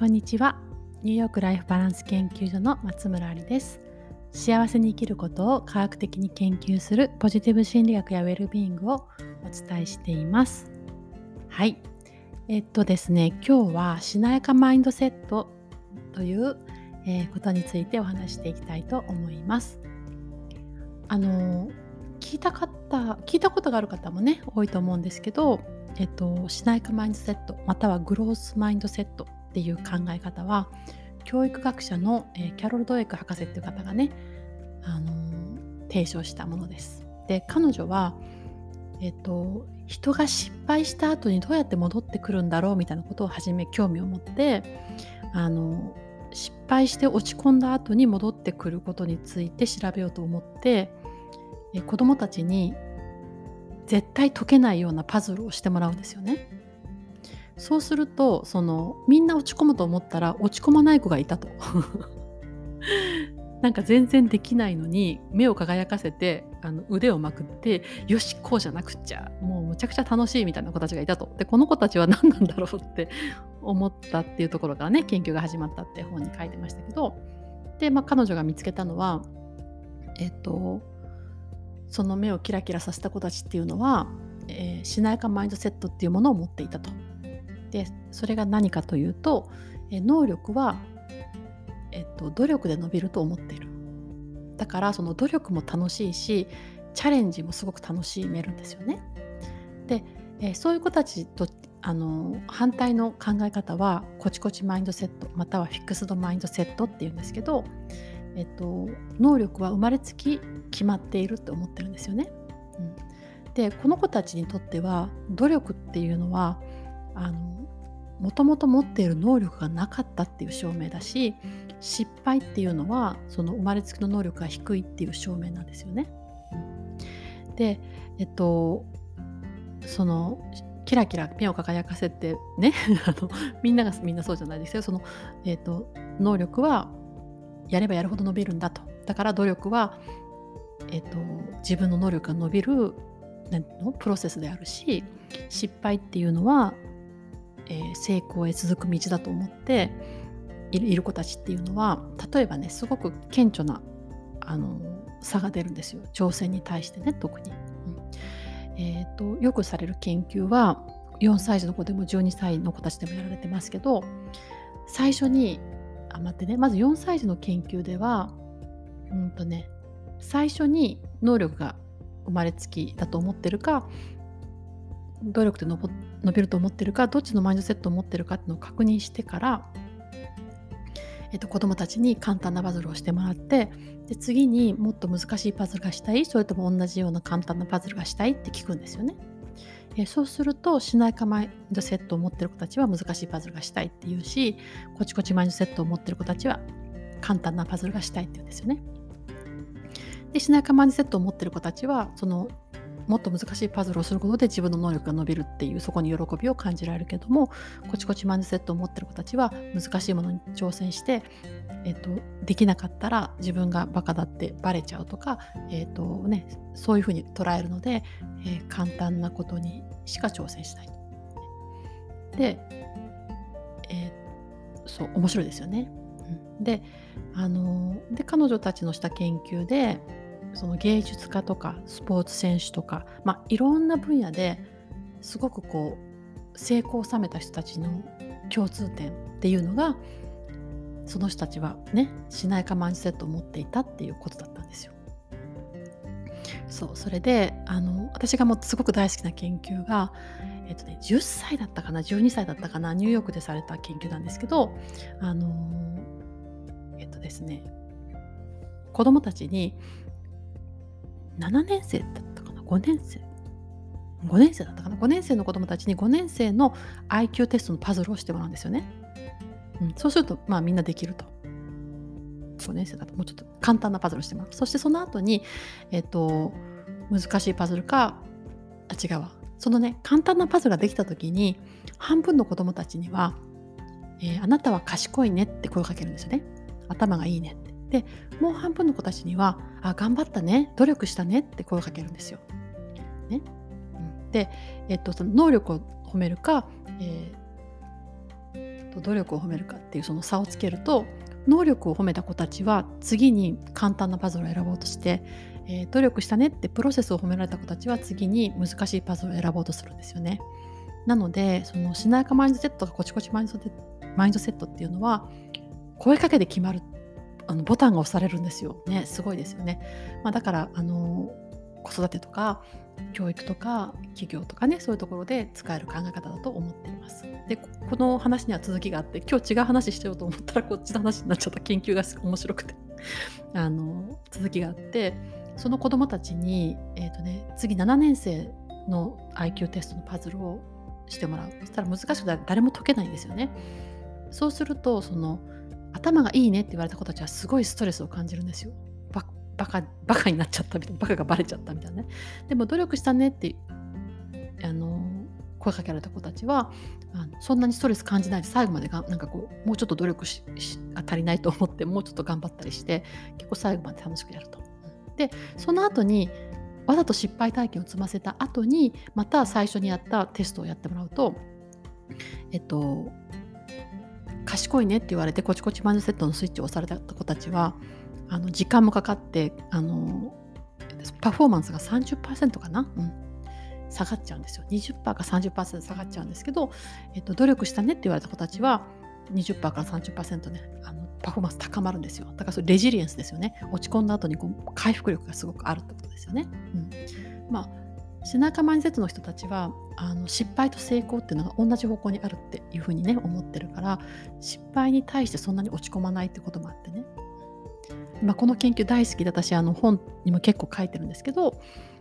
こんにちは。ニューヨークライフバランス研究所の松村ありです。幸せに生きることを科学的に研究するポジティブ心理学やウェルビーイングをお伝えしています。はい。ですね、今日はしなやかマインドセットという、ことについてお話していきたいと思います。あの聞いたことがある方もね多いと思うんですけど、しなやかマインドセットまたはグロースマインドセットっていう考え方は教育学者の、キャロル・ドエク博士っていう方がね、提唱したものです。で、彼女は、人が失敗した後にどうやって戻ってくるんだろうみたいなことを初め興味を持って、失敗して落ち込んだ後に戻ってくることについて調べようと思って、子どもたちに絶対解けないようなパズルをしてもらうんですよね。そうするとみんな落ち込むと思ったら落ち込まない子がいたと。なんか全然できないのに目を輝かせて腕をまくって、よしこうじゃなくっちゃもうむちゃくちゃ楽しいみたいな子たちがいたと。でこの子たちは何なんだろうって思ったっていうところからね研究が始まったって本に書いてましたけど、で、彼女が見つけたのはその目をキラキラさせた子たちっていうのは、しなやかマインドセットっていうものを持っていたと。でそれが何かというと、能力は、努力で伸びると思っている。だからその努力も楽しいしチャレンジもすごく楽しめるんですよね。で、そういう子たちと反対の考え方はコチコチマインドセットまたはフィックスドマインドセットっていうんですけど、能力は生まれつき決まっているって思ってるんですよね。でこの子たちにとっては努力っていうのはもともと持っている能力がなかったっていう証明だし、失敗っていうのはその生まれつきの能力が低いっていう証明なんですよね。で、そのキラキラ目を輝かせてねみんなそうじゃないですよ。能力はやればやるほど伸びるんだと。だから努力は、自分の能力が伸びるプロセスであるし、失敗っていうのは成功へ続く道だと思っている子たちっていうのは、例えばねすごく顕著な差が出るんですよ、挑戦に対してね特に。よくされる研究は4歳児の子でも12歳の子たちでもやられてますけど、最初にまず4歳児の研究では最初に能力が生まれつきだと思ってるか努力で伸びると思ってるか、どっちのマインドセットを持ってるかっていうのを確認してから、子どもたちに簡単なパズルをしてもらって、で次にもっと難しいパズルがしたい、それとも同じような簡単なパズルがしたいって聞くんですよね。そうするとしなやかマインドセットを持ってる子たちは難しいパズルがしたいって言うし、コチコチマインドセットを持ってる子たちは簡単なパズルがしたいって言うんですよね。でしなやかマインドセットを持ってる子たちはもっと難しいパズルをすることで自分の能力が伸びるっていう、そこに喜びを感じられるけども、コチコチマインドセットを持ってる子たちは難しいものに挑戦して、できなかったら自分がバカだってバレちゃうとか、そういうふうに捉えるので、簡単なことにしか挑戦しない。で、そう面白いですよね。で彼女たちのした研究でその芸術家とかスポーツ選手とか、いろんな分野ですごく成功を収めた人たちの共通点っていうのが、その人たちはねしなやかマインドセットを持っていたっていうことだったんですよ。それで私がもうすごく大好きな研究が、10歳だったかな12歳だったかなニューヨークでされた研究なんですけど、ですね子どもたちに7年生だったかな5年生だったかな5年生の子どもたちに5年生の IQ テストのパズルをしてもらうんですよね。そうするとみんなできると。5年生だともうちょっと簡単なパズルをしてもらう。そしてその後に難しいパズルか違うわそのね簡単なパズルができた時に半分の子どもたちには、あなたは賢いねって声をかけるんですよね。頭がいいねって。でもう半分の子たちには頑張ったね努力したねって声をかけるんですよ。ね。で、その能力を褒めるか、 と努力を褒めるかっていうその差をつけると、能力を褒めた子たちは次に簡単なパズルを選ぼうとして、努力したねってプロセスを褒められた子たちは次に難しいパズルを選ぼうとするんですよね。なのでそのしなやかマインドセットとかコチコチマインドセットっていうのは声かけで決まるボタンが押されるんですよね。すごいですよね。だから子育てとか教育とか企業とかね、そういうところで使える考え方だと思っています。でこの話には続きがあって、今日違う話しようと思ったらこっちの話になっちゃった。研究が面白くて続きがあって、その子どもたちに、次7年生の IQ テストのパズルをしてもらう。そしたら難しくて誰も解けないんですよね。そうするとその頭がいいねって言われた子たちはすごいストレスを感じるんですよ。バカになっちゃったみたいな、バカがバレちゃったみたいなね。でも努力したねって声かけられた子たちはそんなにストレス感じないで最後までなんかこうもうちょっと努力足りないと思ってもうちょっと頑張ったりして結構最後まで楽しくやると。でその後にわざと失敗体験を積ませた後にまた最初にやったテストをやってもらうと賢いねって言われてコチコチマインドセットのスイッチを押された子たちは時間もかかってパフォーマンスが 30% かな、下がっちゃうんですよ。 20% か 30% 下がっちゃうんですけど、努力したねって言われた子たちは 20% から 30% ねパフォーマンス高まるんですよ。だからそれレジリエンスですよね。落ち込んだ後に回復力がすごくあるってことですよね。背中マインドセットの人たちは失敗と成功っていうのが同じ方向にあるっていうふうにね思ってるから、失敗に対してそんなに落ち込まないってこともあってね、この研究大好きで私本にも結構書いてるんですけど、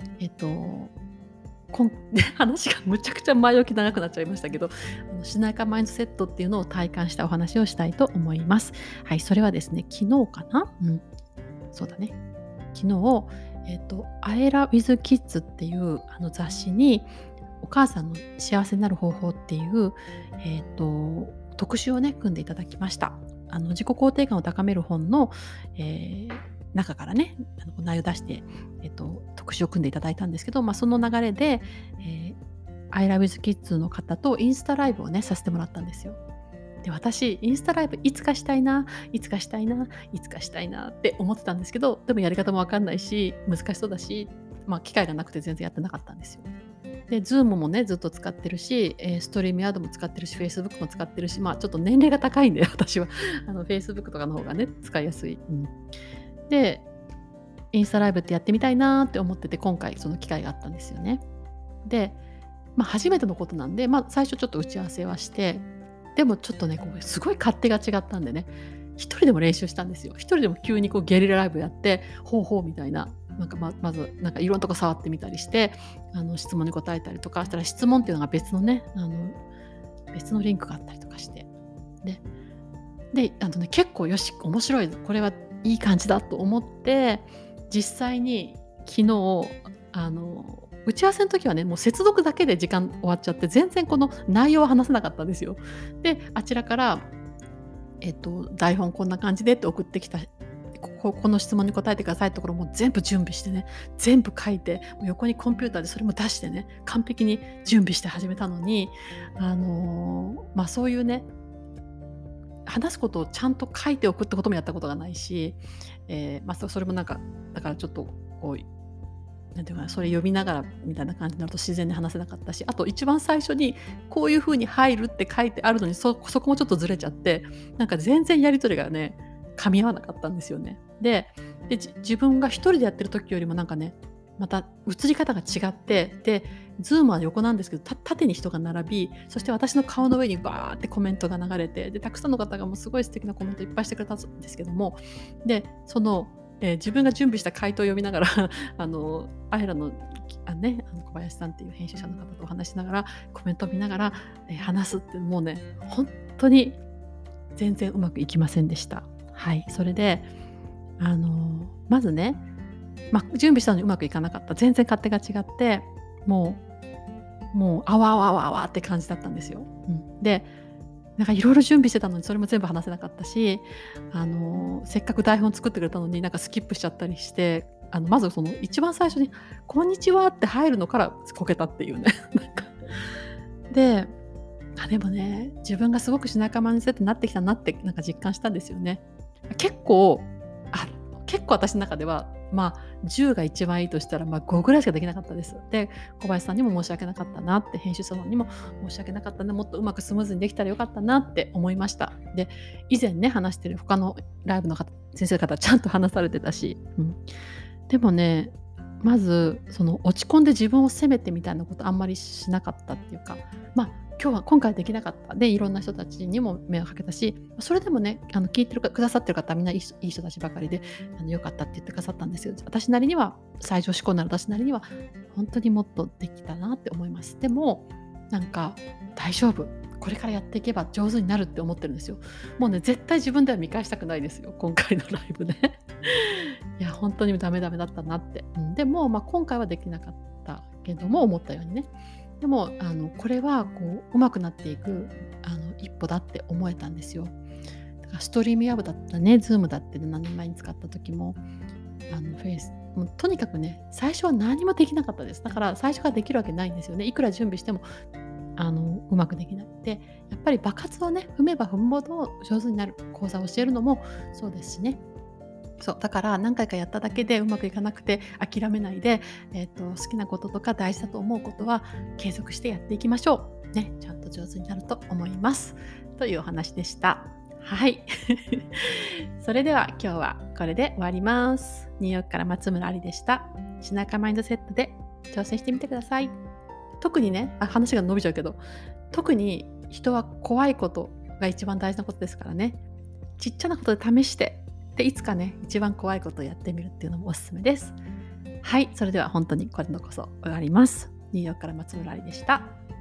話がむちゃくちゃ前置き長くなっちゃいましたけど、しなやかマインドセットっていうのを体感したお話をしたいと思います。はい、それはですね、昨日かな、そうだね、昨日アエラ・ウィズ・キッズっていう雑誌にお母さんの幸せになる方法っていう、特集をね組んでいただきました。自己肯定感を高める本の、中からね内容を出して、特集を組んでいただいたんですけど、その流れで、アイラ・ウィズ・キッズの方とインスタライブをねさせてもらったんですよ。で私インスタライブいつかしたいなって思ってたんですけど、でもやり方も分かんないし難しそうだし、機会がなくて全然やってなかったんですよ。で Zoom もねずっと使ってるし、ストリームヤードも使ってるし Facebook も使ってるし、ちょっと年齢が高いんで私はFacebook とかの方がね使いやすい、でインスタライブってやってみたいなって思ってて、今回その機会があったんですよね。で、初めてのことなんで、最初ちょっと打ち合わせはして、でもちょっとねすごい勝手が違ったんでね、一人でも練習したんですよ。一人でも急にゲリラライブやってほうみたいな、まずいろんなとこ触ってみたりして質問に答えたりとかしたら、質問っていうのが別のね別のリンクがあったりとかして、で結構よし面白い、これはいい感じだと思って実際に昨日打ち合わせの時はねもう接続だけで時間終わっちゃって全然この内容は話せなかったんですよ。であちらから台本こんな感じでって送ってきたこの質問に答えてくださいってところも全部準備してね、全部書いて横にコンピューターでそれも出してね完璧に準備して始めたのにそういうね話すことをちゃんと書いておくってこともやったことがないし、それもだからちょっとこうなんていうかな、それ読みながらみたいな感じになると自然に話せなかったし、あと一番最初にこういう風に入るって書いてあるのにそこもちょっとずれちゃって、全然やり取りがね噛み合わなかったんですよね。で自分が一人でやってる時よりもまた映り方が違って、でズームは横なんですけど縦に人が並び、そして私の顔の上にバーってコメントが流れて、でたくさんの方がもうすごい素敵なコメントいっぱいしてくれたんですけども、でその自分が準備した回答を読みながらアイラの小林さんっていう編集者の方とお話しながらコメントを見ながら、話すってもうね本当に全然うまくいきませんでした。はい、それでまずね、準備したのにうまくいかなかった、全然勝手が違って、もうあわあわあわあわって感じだったんですよ。でいろいろ準備してたのにそれも全部話せなかったし、せっかく台本作ってくれたのにスキップしちゃったりして、まずその一番最初に「こんにちは」って入るのからこけたっていうねででもね、自分がすごく品川マインドセットになってきたなってなんか実感したんですよね。結構、あ、結構私の中では、10が一番いいとしたら、5ぐらいしかできなかったです。で、小林さんにも申し訳なかったなって、編集者さんにも申し訳なかったな、もっとうまくスムーズにできたらよかったなって思いました。で、以前ね、話してる他のライブの先生方ちゃんと話されてたし、でもね、まずその落ち込んで自分を責めてみたいなことあんまりしなかったっていうか、今回できなかった。で、いろんな人たちにも迷惑かけたし、それでもね、聞いてくださってる方はみんないい人たちばかりで、良かったって言ってくださったんですよ。私なりには、最上志向なら私なりには、本当にもっとできたなって思います。でも、なんか、大丈夫。これからやっていけば上手になるって思ってるんですよ。もうね、絶対自分では見返したくないですよ。今回のライブね。いや、本当にダメだったなって。でも、今回はできなかったけども、思ったようにね。でもこれはこう上手くなっていく一歩だって思えたんですよ。だからストリームヤブだったね、ズームだって何年前に使った時もフェイスもうとにかくね、最初は何もできなかったです。だから最初からできるわけないんですよね。いくら準備してもうまくできない。で、やっぱり場数をね、踏めば踏むほど上手になる。講座を教えるのもそうですしね。そう、だから何回かやっただけでうまくいかなくて諦めないで、好きなこととか大事だと思うことは継続してやっていきましょう。ね、ちゃんと上手になると思います。というお話でした。はい。それでは今日はこれで終わります。ニューヨークから松村ありでした。品川マインドセットで挑戦してみてください。特にね、話が伸びちゃうけど、特に人は怖いことが一番大事なことですからね。ちっちゃなことで試して、でいつかね、一番怖いことをやってみるっていうのもおすすめです。はい、それでは本当にこれのこそ終わります。ニューヨークから松村ありでした。